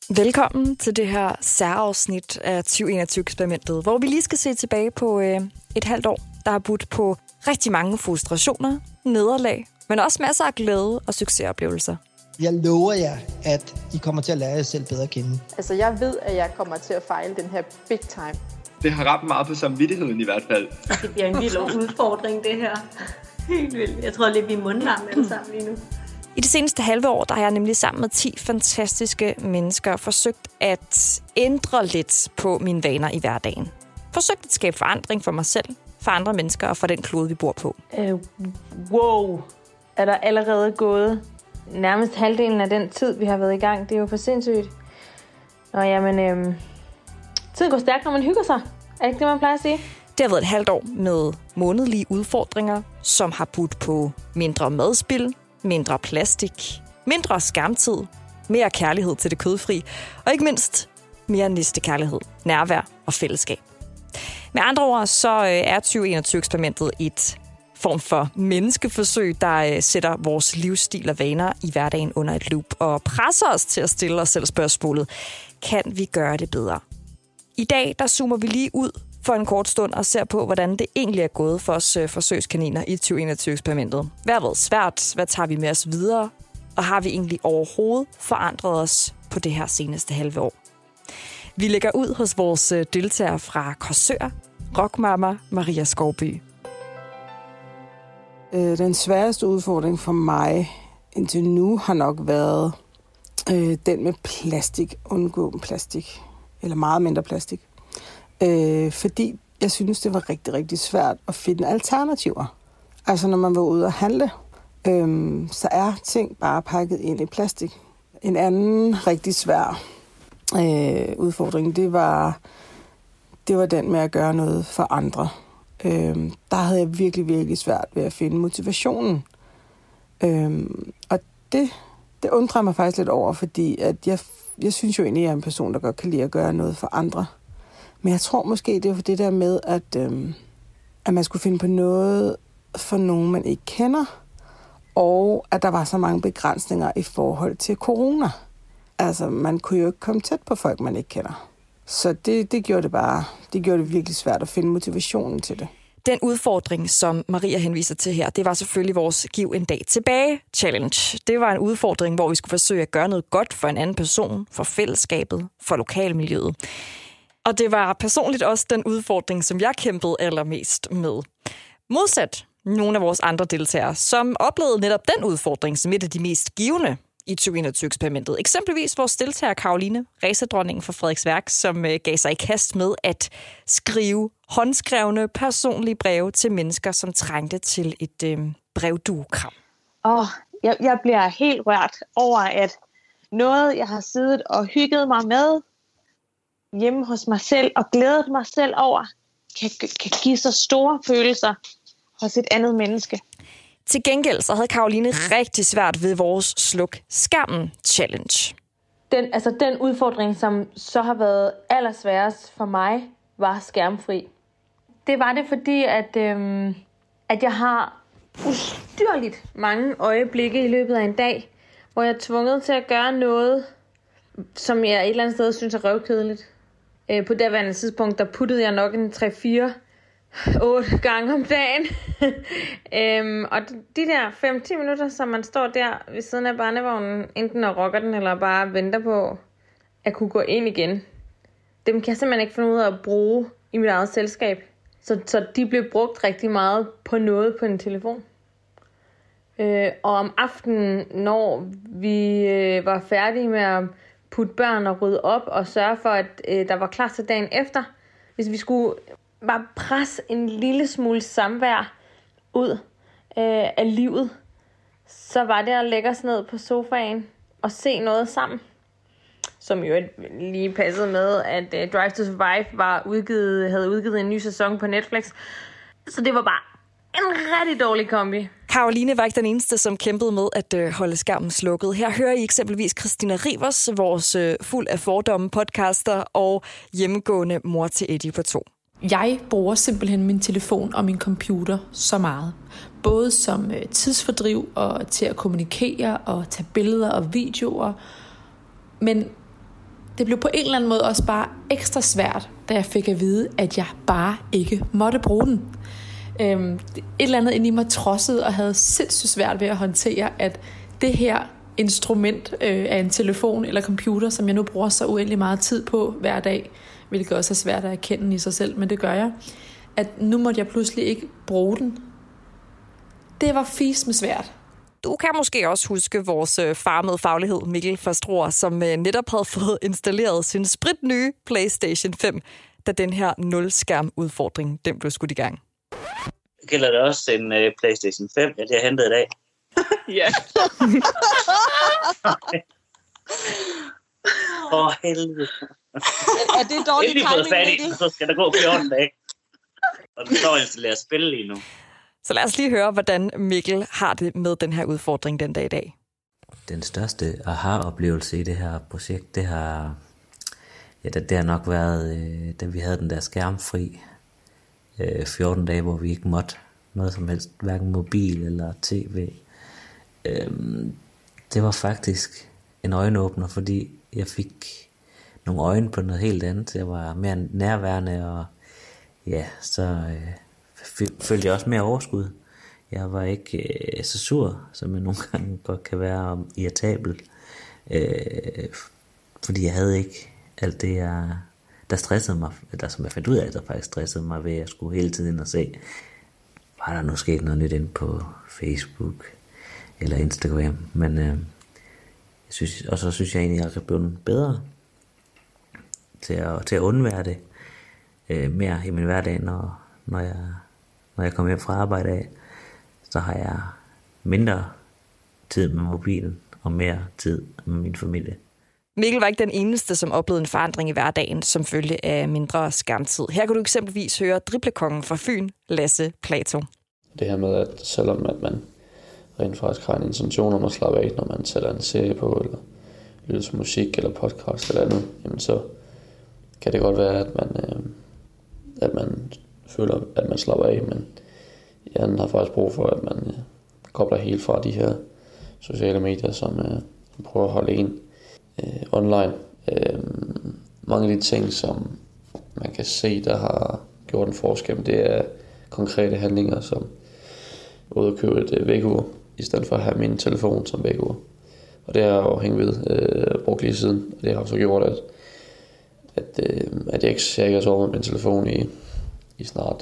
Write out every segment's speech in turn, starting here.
Velkommen til det her særafsnit af 2021-eksperimentet, hvor vi lige skal se tilbage på et halvt år, der har budt på rigtig mange frustrationer, nederlag, men også masser af glæde og succesoplevelser. Jeg lover jer, at I kommer til at lære jer selv bedre at kende. Altså, jeg ved, at jeg kommer til at fejle den her big time. Det har ramt meget på samvittigheden i hvert fald. Det bliver en vild udfordring, det her. Helt vildt. Jeg tror lidt, vi er mundlarme alle sammen lige nu. I det seneste halve år, der har jeg nemlig sammen med 10 fantastiske mennesker forsøgt at ændre lidt på mine vaner i hverdagen. Forsøgt at skabe forandring for mig selv, for andre mennesker og for den klode, vi bor på. Wow. Er der allerede gået nærmest halvdelen af den tid, vi har været i gang? Det er jo for sindssygt. Nå, jamen, tiden går stærkt, når man hygger sig. Er det ikke det, man plejer at sige? Det har været et halvt år med månedlige udfordringer, som har budt på mindre madspild, mindre plastik, mindre skærmtid, mere kærlighed til det kødfri, og ikke mindst mere næstekærlighed, nærvær og fællesskab. Med andre ord, så er 2021-eksperimentet et form for menneskeforsøg, der sætter vores livsstil og vaner i hverdagen under et loop og presser os til at stille os selv spørgsmålet, kan vi gøre det bedre? I dag, der zoomer vi lige ud for en kort stund og ser på, hvordan det egentlig er gået for os forsøgskaniner i 2021-eksperimentet. Hvad har været svært? Hvad tager vi med os videre? Og har vi egentlig overhovedet forandret os på det her seneste halve år? Vi lægger ud hos vores deltagere fra Korsør, rockmama Maria Skovby. Den sværeste udfordring for mig indtil nu har nok været den med plastik. Undgå plastik. Eller meget mindre plastik. Fordi jeg synes, det var rigtig, rigtig svært at finde alternativer. Altså, når man var ude at handle, så er ting bare pakket ind i plastik. En anden rigtig svær udfordring, det var den med at gøre noget for andre. Der havde jeg virkelig, virkelig svært ved at finde motivationen. Og det undrer mig faktisk lidt over, fordi at jeg synes jo egentlig, at jeg er en person, der godt kan lide at gøre noget for andre. Men jeg tror måske, det var det der med, at man skulle finde på noget for nogen, man ikke kender, og at der var så mange begrænsninger i forhold til corona. Altså, man kunne jo ikke komme tæt på folk, man ikke kender. Så det gjorde det virkelig svært at finde motivationen til det. Den udfordring, som Maria henviser til her, det var selvfølgelig vores Giv en dag tilbage challenge. Det var en udfordring, hvor vi skulle forsøge at gøre noget godt for en anden person, for fællesskabet, for lokalmiljøet. Og det var personligt også den udfordring, som jeg kæmpede allermest med. Modsat nogle af vores andre deltagere, som oplevede netop den udfordring som et af de mest givende i 2021-eksperimentet. Eksempelvis vores deltager Caroline, racerdronningen for Frederiksværk, som gav sig i kast med at skrive håndskrevne personlige breve til mennesker, som trængte til et brevduekram. Jeg bliver helt rørt over, at noget, jeg har siddet og hygget mig med hjemme hos mig selv og glædet mig selv over, kan give så store følelser hos et andet menneske. Til gengæld så havde Caroline rigtig svært ved vores Sluk Skærmen Challenge. Den udfordring, som så har været allersværest for mig, var skærmfri. Det var det, fordi at jeg har ustyrligt mange øjeblikke i løbet af en dag, hvor jeg er tvunget til at gøre noget, som jeg et eller andet sted synes er røvkedeligt. På derværende tidspunkt, der puttede jeg nok en 3-4-8 gange om dagen. Og de der 5-10 minutter, som man står der ved siden af barnevognen, enten og rocker den, eller bare venter på at kunne gå ind igen, dem kan jeg simpelthen ikke finde ud af at bruge i mit eget selskab. Så de blev brugt rigtig meget på noget på en telefon. Og om aftenen, når vi var færdige med at putte børn og rydde op og sørge for, at der var klar til dagen efter, hvis vi skulle bare presse en lille smule samvær ud af livet, så var det at lægge os ned på sofaen og se noget sammen. Som jo lige passede med, at Drive to Survive havde udgivet en ny sæson på Netflix. Så det var bare en rigtig dårlig kombi. Caroline var ikke den eneste, som kæmpede med at holde skærmen slukket. Her hører I eksempelvis Christina Rivers, vores fuld af fordomme podcaster og hjemmegående mor til Eddie på 2. Jeg bruger simpelthen min telefon og min computer så meget. Både som tidsfordriv og til at kommunikere og tage billeder og videoer. Men det blev på en eller anden måde også bare ekstra svært, da jeg fik at vide, at jeg bare ikke måtte bruge den. Et eller andet inde i mig trodsede og havde sindssygt svært ved at håndtere, at det her instrument af en telefon eller computer, som jeg nu bruger så uendelig meget tid på hver dag, hvilket også er svært at erkende i sig selv, men det gør jeg, at nu måtte jeg pludselig ikke bruge den. Det var med svært. Du kan måske også huske vores far med faglighed, Mikkel Fastroer, som netop havde fået installeret sin spritnye PlayStation 5, da den her nulskærm-udfordring den blev skudt i gang. Gælder det også en PlayStation 5, jeg har hentet i dag? Ja. Helvede. Er det dårlig timing, Mikkel? Så skal der gå 14 dage. Og den står installeret spil lige nu. Så lad os lige høre, hvordan Mikkel har det med den her udfordring den dag i dag. Den største aha-oplevelse i det her projekt, det har nok været, da vi havde den der skærmfri 14 dage, hvor vi ikke måtte noget som helst, hverken mobil eller tv. Det var faktisk en øjenåbner, fordi jeg fik nogle øjne på noget helt andet. Jeg var mere nærværende, og ja, så følte jeg også mere overskud. Jeg var ikke så sur, som jeg nogle gange godt kan være irritabel, fordi jeg havde ikke alt det, der stressede mig, eller som jeg fandt ud af, der faktisk stressede mig ved, at jeg skulle hele tiden ind og se, var der nu sket noget nyt inde på Facebook eller Instagram. Men så synes jeg egentlig, at jeg er blevet bedre til at undvære det mere i min hverdag, når jeg kommer hjem fra arbejde af, så har jeg mindre tid med mobilen og mere tid med min familie. Mikkel var ikke den eneste, som oplevede en forandring i hverdagen som følge af mindre skærmtid. Her kan du eksempelvis høre driblekongen fra Fyn, Lasse Plato. Det her med, at selvom at man rent faktisk har en intention om at slappe af, når man sætter en serie på, eller lytter til musik eller podcast eller andet, jamen så kan det godt være, at man føler, at man slapper af, men hjernen har faktisk brug for, at man kobler helt fra de her sociale medier, som prøver at holde en online. Mange af de ting, som man kan se, der har gjort en forskel, det er konkrete handlinger, som ude at købe et vækkeur, i stedet for at have min telefon som vækkeur. Og det har jeg jo hængt ved, brugt lige siden, og det har så gjort, at jeg ikke sover med min telefon i snart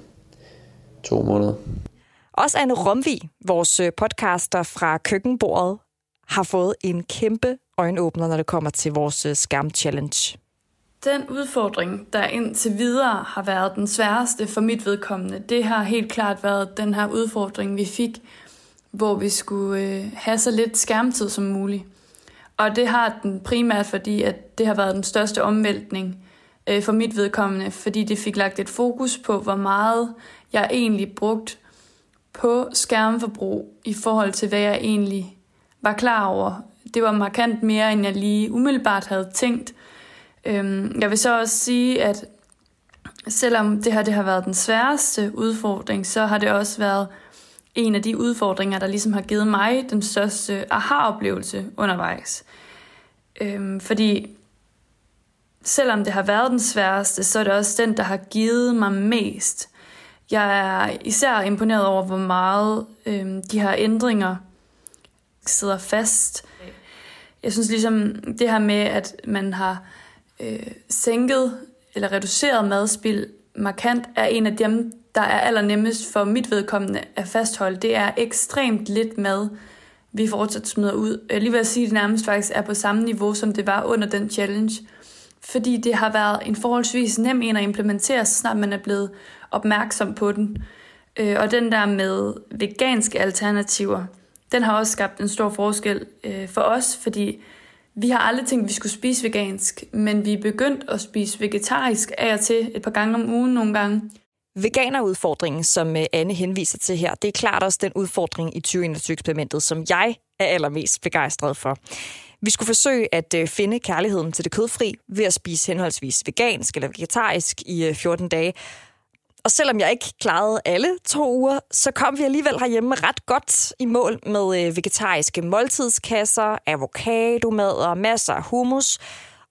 2 måneder. Også Anne Romvig, vores podcaster fra køkkenbordet, har fået en kæmpe øjenåbner, når det kommer til vores skærm-challenge. Den udfordring, der indtil videre har været den sværeste for mit vedkommende, det har helt klart været den her udfordring, vi fik, hvor vi skulle have så lidt skærmtid som muligt. Og det har den primært, fordi at det har været den største omvæltning for mit vedkommende, fordi det fik lagt et fokus på, hvor meget jeg egentlig brugt på skærmforbrug i forhold til, hvad jeg egentlig var klar over. Det var markant mere, end jeg lige umiddelbart havde tænkt. Jeg vil så også sige, at selvom det har været den sværeste udfordring, så har det også været en af de udfordringer, der ligesom har givet mig den største aha-oplevelse undervejs. Fordi selvom det har været den sværeste, så er det også den, der har givet mig mest. Jeg er især imponeret over, hvor meget de her ændringer sidder fast. Jeg synes ligesom det her med, at man har sænket eller reduceret madspild markant, er en af dem, der er allernemmest for mit vedkommende at fastholde. Det er ekstremt lidt mad, vi fortsat smider ud. Jeg lige vil sige, at det nærmest faktisk er på samme niveau, som det var under den challenge. Fordi det har været en forholdsvis nem en at implementere, så snart man er blevet opmærksom på den. Og den der med veganske alternativer, den har også skabt en stor forskel for os, fordi vi har aldrig tænkt, at vi skulle spise vegansk, men vi er begyndt at spise vegetarisk af og til et par gange om ugen nogle gange. Veganerudfordringen, som Anne henviser til her, det er klart også den udfordring i 2021-eksperimentet, som jeg er allermest begejstret for. Vi skulle forsøge at finde kærligheden til det kødfri ved at spise henholdsvis vegansk eller vegetarisk i 14 dage. Og selvom jeg ikke klarede alle 2 uger, så kom vi alligevel herhjemme ret godt i mål med vegetariske måltidskasser, avocadomad og masser af hummus.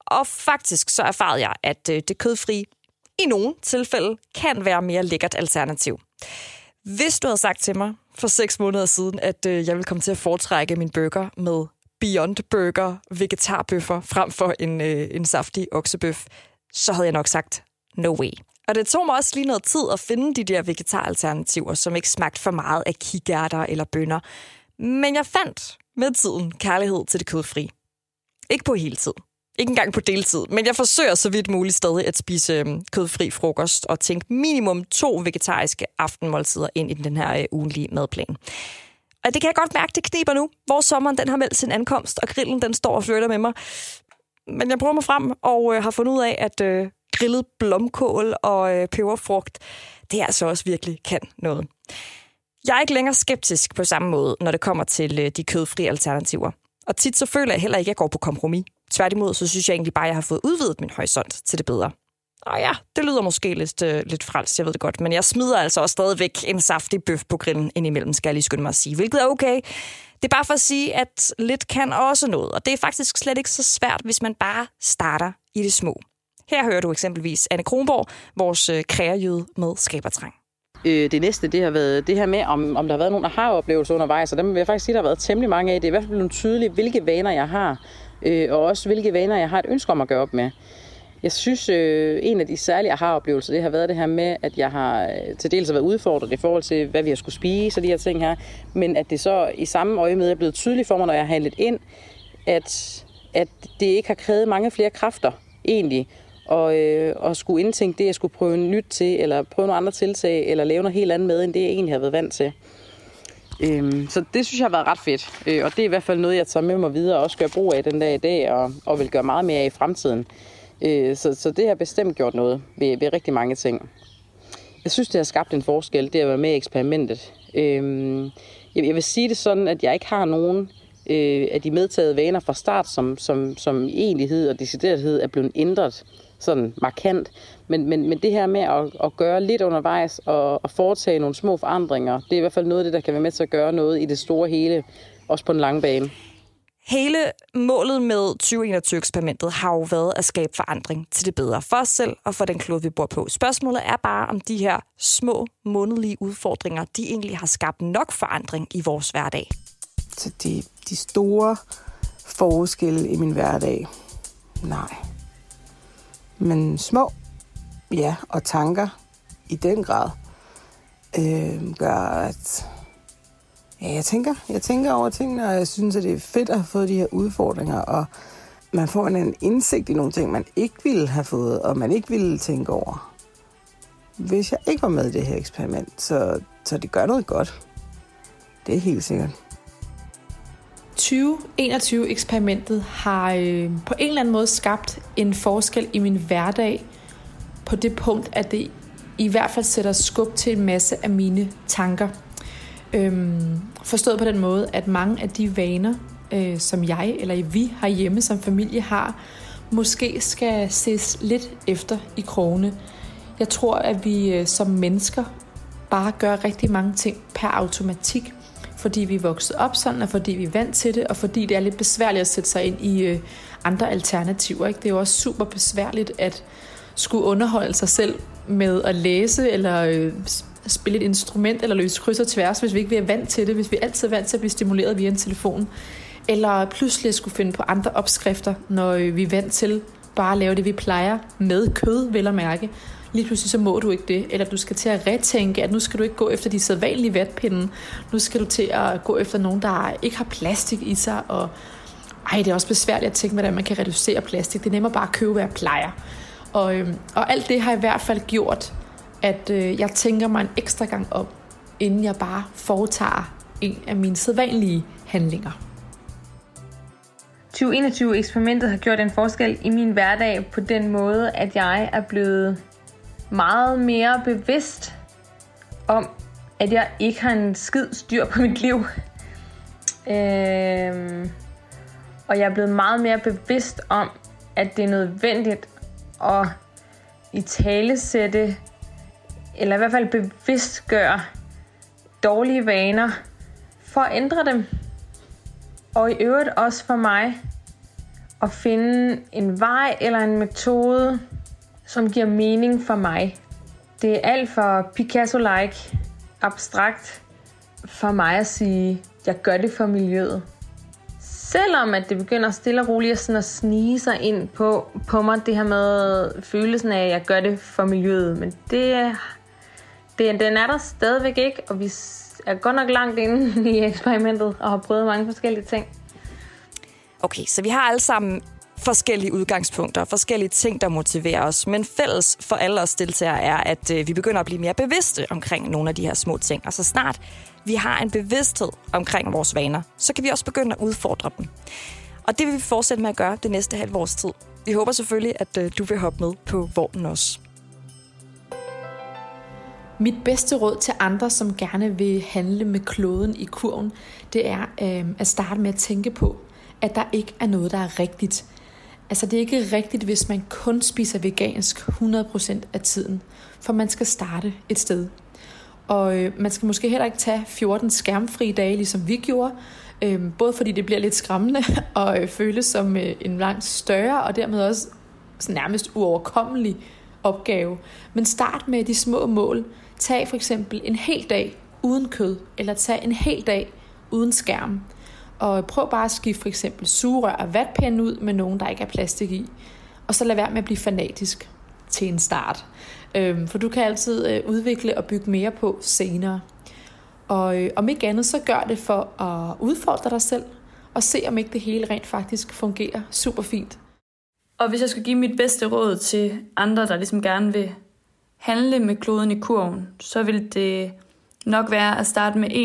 Og faktisk så erfarede jeg, at det kødfri i nogle tilfælde kan være mere lækkert alternativ. Hvis du havde sagt til mig for 6 måneder siden, at jeg ville komme til at foretrække min burger med Beyond Burger vegetarbøffer frem for en saftig oksebøf, så havde jeg nok sagt no way. Og det tog mig også lige noget tid at finde de der vegetaralternativer, som ikke smagte for meget af kikærter eller bønner. Men jeg fandt med tiden kærlighed til det kødfri. Ikke på hele tid. Ikke engang på deltid, men jeg forsøger så vidt muligt stadig at spise kødfri frokost og tænke minimum 2 vegetariske aftenmåltider ind i den her ugenlige madplan. Og det kan jeg godt mærke, det kniber nu, hvor sommeren den har meldt sin ankomst, og grillen den står og flytter med mig. Men jeg prøver mig frem og har fundet ud af, at grillet blomkål og peberfrugt, det altså også virkelig kan noget. Jeg er ikke længere skeptisk på samme måde, når det kommer til de kødfri alternativer. Og tit så føler jeg heller ikke, at jeg går på kompromis. Tværtimod, så synes jeg egentlig bare, at jeg har fået udvidet min horisont til det bedre. Og ja, det lyder måske lidt frelst, jeg ved det godt, men jeg smider altså også stadigvæk en saftig bøf på grillen indimellem, skal jeg lige skynde mig at sige, hvilket er okay. Det er bare for at sige, at lidt kan også noget, og det er faktisk slet ikke så svært, hvis man bare starter i det små. Her hører du eksempelvis Anne Kronborg, vores kreajyde med skabertrang. Det næste, det har været det her med, om der har været nogle aha-oplevelser undervejs, og dem vil jeg faktisk sige, der har været temmelig mange af. Det er i hvert fald blevet tydeligt, hvilke vaner jeg har, og også hvilke vaner jeg har et ønske om at gøre op med. Jeg synes, en af de særlige aha-oplevelser, det har været det her med, at jeg har til dels været udfordret i forhold til, hvad vi har skulle spise og de her ting her, men at det så i samme øje med er blevet tydeligt for mig, når jeg har handlet ind, at det ikke har krævet mange flere kræfter egentlig, og skulle indtænke det, jeg skulle prøve nyt til, eller prøve nogle andre tiltag, eller lave noget helt andet med, end det jeg egentlig har været vant til. Så det synes jeg har været ret fedt, og det er i hvert fald noget, jeg tager med mig videre og også gør brug af den dag i dag, og vil gøre meget mere af i fremtiden. Så det har bestemt gjort noget ved rigtig mange ting. Jeg synes, det har skabt en forskel, det at være med i eksperimentet. Jeg vil sige det sådan, at jeg ikke har nogen af de medtagede vaner fra start, som egentlighed og deciderethed er blevet ændret sådan markant. Men det her med at gøre lidt undervejs og foretage nogle små forandringer, det er i hvert fald noget af det, der kan være med til at gøre noget i det store hele, også på den lange bane. Hele målet med 2021-eksperimentet har jo været at skabe forandring til det bedre for os selv og for den klode, vi bor på. Spørgsmålet er bare, om de her små månedlige udfordringer, de egentlig har skabt nok forandring i vores hverdag. Så de store forskelle i min hverdag, nej. Men små, ja, og tanker i den grad gør, at jeg tænker over tingene, og jeg synes, at det er fedt at have fået de her udfordringer, og man får en indsigt i nogle ting, man ikke ville have fået, og man ikke ville tænke over, hvis jeg ikke var med i det her eksperiment. Så det gør noget godt. Det er helt sikkert. 2021-eksperimentet har på en eller anden måde skabt en forskel i min hverdag på det punkt, at det i hvert fald sætter skub til en masse af mine tanker. Forstået på den måde, at mange af de vaner, som jeg eller vi herhjemme som familie har, måske skal ses lidt efter i krogene. Jeg tror, at vi som mennesker bare gør rigtig mange ting per automatik, fordi vi er vokset op sådan, og fordi vi er vant til det, og fordi det er lidt besværligt at sætte sig ind i andre alternativer. Ikke? Det er jo også super besværligt at skulle underholde sig selv med at læse, eller spille et instrument, eller løse kryds og tværs, hvis vi ikke er vant til det, hvis vi altid er vant til at blive stimuleret via en telefon. Eller pludselig skulle finde på andre opskrifter, når vi er vant til bare at lave det, vi plejer, med kød, vel at mærke. Lige pludselig så må du ikke det, eller du skal til at retænke, at nu skal du ikke gå efter de sædvanlige vatpinde. Nu skal du til at gå efter nogen, der ikke har plastik i sig, og det er også besværligt at tænke, hvordan man kan reducere plastik. Det er nemmere bare at købe, hvad jeg plejer. Og alt det har i hvert fald gjort, at jeg tænker mig en ekstra gang om, inden jeg bare foretager en af mine sædvanlige handlinger. 2021-eksperimentet har gjort en forskel i min hverdag på den måde, at jeg er blevet meget mere bevidst om, at jeg ikke har en skid styr på mit liv. Og jeg er blevet meget mere bevidst om, at det er nødvendigt at italesætte, eller i hvert fald bevidstgøre dårlige vaner, for at ændre dem. Og i øvrigt også for mig at finde en vej eller en metode, som giver mening for mig. Det er alt for Picasso-like, abstrakt for mig at sige, jeg gør det for miljøet. Selvom at det begynder stille og roligt sådan at snige sig ind på mig, det her med følelsen af, at jeg gør det for miljøet. Men den er der stadigvæk ikke, og vi er godt nok langt inde i eksperimentet og har prøvet mange forskellige ting. Okay, så vi har alle sammen forskellige udgangspunkter, forskellige ting, der motiverer os. Men fælles for alle os deltagere er, at vi begynder at blive mere bevidste omkring nogle af de her små ting. Og så snart vi har en bevidsthed omkring vores vaner, så kan vi også begynde at udfordre dem. Og det vil vi fortsætte med at gøre det næste halve års tid. Vi håber selvfølgelig, at du vil hoppe med på vognen også. Mit bedste råd til andre, som gerne vil handle med kloden i kurven, det er at starte med at tænke på, at der ikke er noget, der er rigtigt. Altså det er ikke rigtigt, hvis man kun spiser vegansk 100% af tiden, for man skal starte et sted. Og man skal måske heller ikke tage 14 skærmfri dage, ligesom vi gjorde, både fordi det bliver lidt skræmmende og føles som en langt større og dermed også nærmest uoverkommelig opgave. Men start med de små mål. Tag for eksempel en hel dag uden kød, eller tag en hel dag uden skærm. Og prøv bare at skifte for eksempel sugerør og vatpinde ud med nogen, der ikke er plastik i. Og så lad være med at blive fanatisk til en start. For du kan altid udvikle og bygge mere på senere. Og om ikke andet, så gør det for at udfordre dig selv, og se om ikke det hele rent faktisk fungerer super fint. Og hvis jeg skulle give mit bedste råd til andre, der ligesom gerne vil handle med kloden i kurven, så vil det nok være at starte med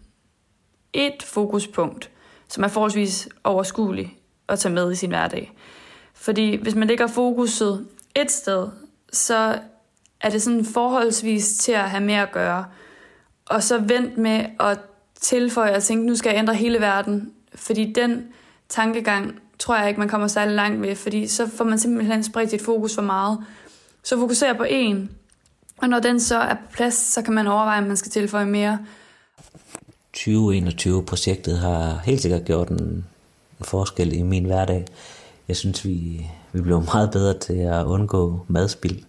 et fokuspunkt, som er forholdsvis overskuelig at tage med i sin hverdag. Fordi hvis man lægger fokuset et sted, så er det sådan forholdsvis til at have mere at gøre. Og så vent med at tilføje og tænke, nu skal jeg ændre hele verden. Fordi den tankegang tror jeg ikke, man kommer særlig langt med, fordi så får man simpelthen spredt sit fokus for meget. Så fokuser på en, og når den så er på plads, så kan man overveje, om man skal tilføje mere. 2021-projektet har helt sikkert gjort en forskel i min hverdag. Jeg synes, vi blev meget bedre til at undgå madspild.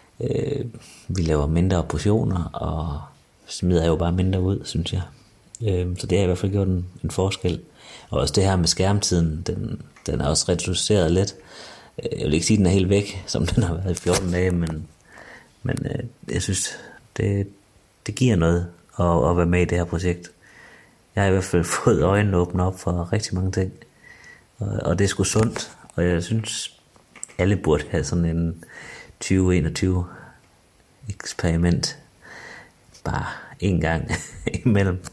Vi laver mindre portioner, og smider jo bare mindre ud, synes jeg. Så det har i hvert fald gjort en forskel. Og også det her med skærmtiden, den er også reduceret lidt. Jeg vil ikke sige, at den er helt væk, som den har været i 14 dage, men jeg synes, det giver noget at være med i det her projekt. Jeg har i hvert fald fået øjnene åbnet op for rigtig mange ting, og det er sgu sundt, og jeg synes, alle burde have sådan en 2021 eksperiment bare en gang imellem.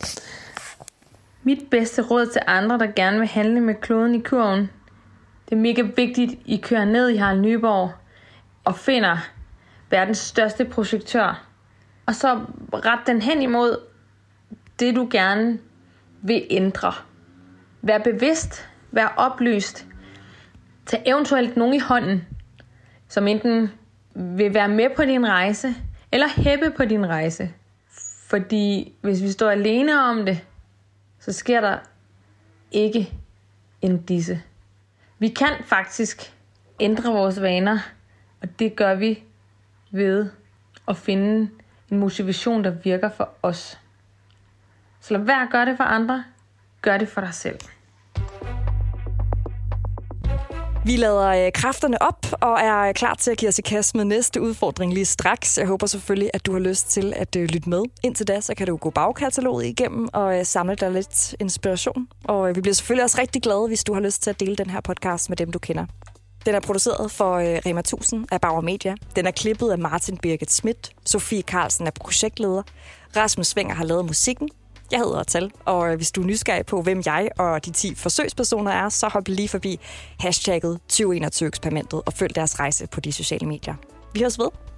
Mit bedste råd til andre, der gerne vil handle med kloden i kurven, det er mega vigtigt, I kører ned i Harald Nyborg og finder verdens største projektør. Og så ret den hen imod det, du gerne vil ændre. Vær bevidst, vær oplyst. Tag eventuelt nogen i hånden, som enten vil være med på din rejse, eller hæppe på din rejse. Fordi hvis vi står alene om det, så sker der ikke en disse. Vi kan faktisk ændre vores vaner, og det gør vi ved at finde en motivation, der virker for os. Så lad være at gøre det for andre, gør det for dig selv. Vi lader kræfterne op og er klar til at give os i kast med næste udfordring lige straks. Jeg håber selvfølgelig, at du har lyst til at lytte med. Indtil da, så kan du gå bagkataloget igennem og samle dig lidt inspiration. Og vi bliver selvfølgelig også rigtig glade, hvis du har lyst til at dele den her podcast med dem, du kender. Den er produceret for Rema 1000 af Bauer Media. Den er klippet af Martin Birgit Schmidt. Sofie Carlsen er projektleder. Rasmus Svinger har lavet musikken. Jeg hedder Tal, og hvis du er nysgerrig på, hvem jeg og de 10 forsøgspersoner er, så hop lige forbi hashtagget 2021-eksperimentet og følg deres rejse på de sociale medier. Vi høres ved.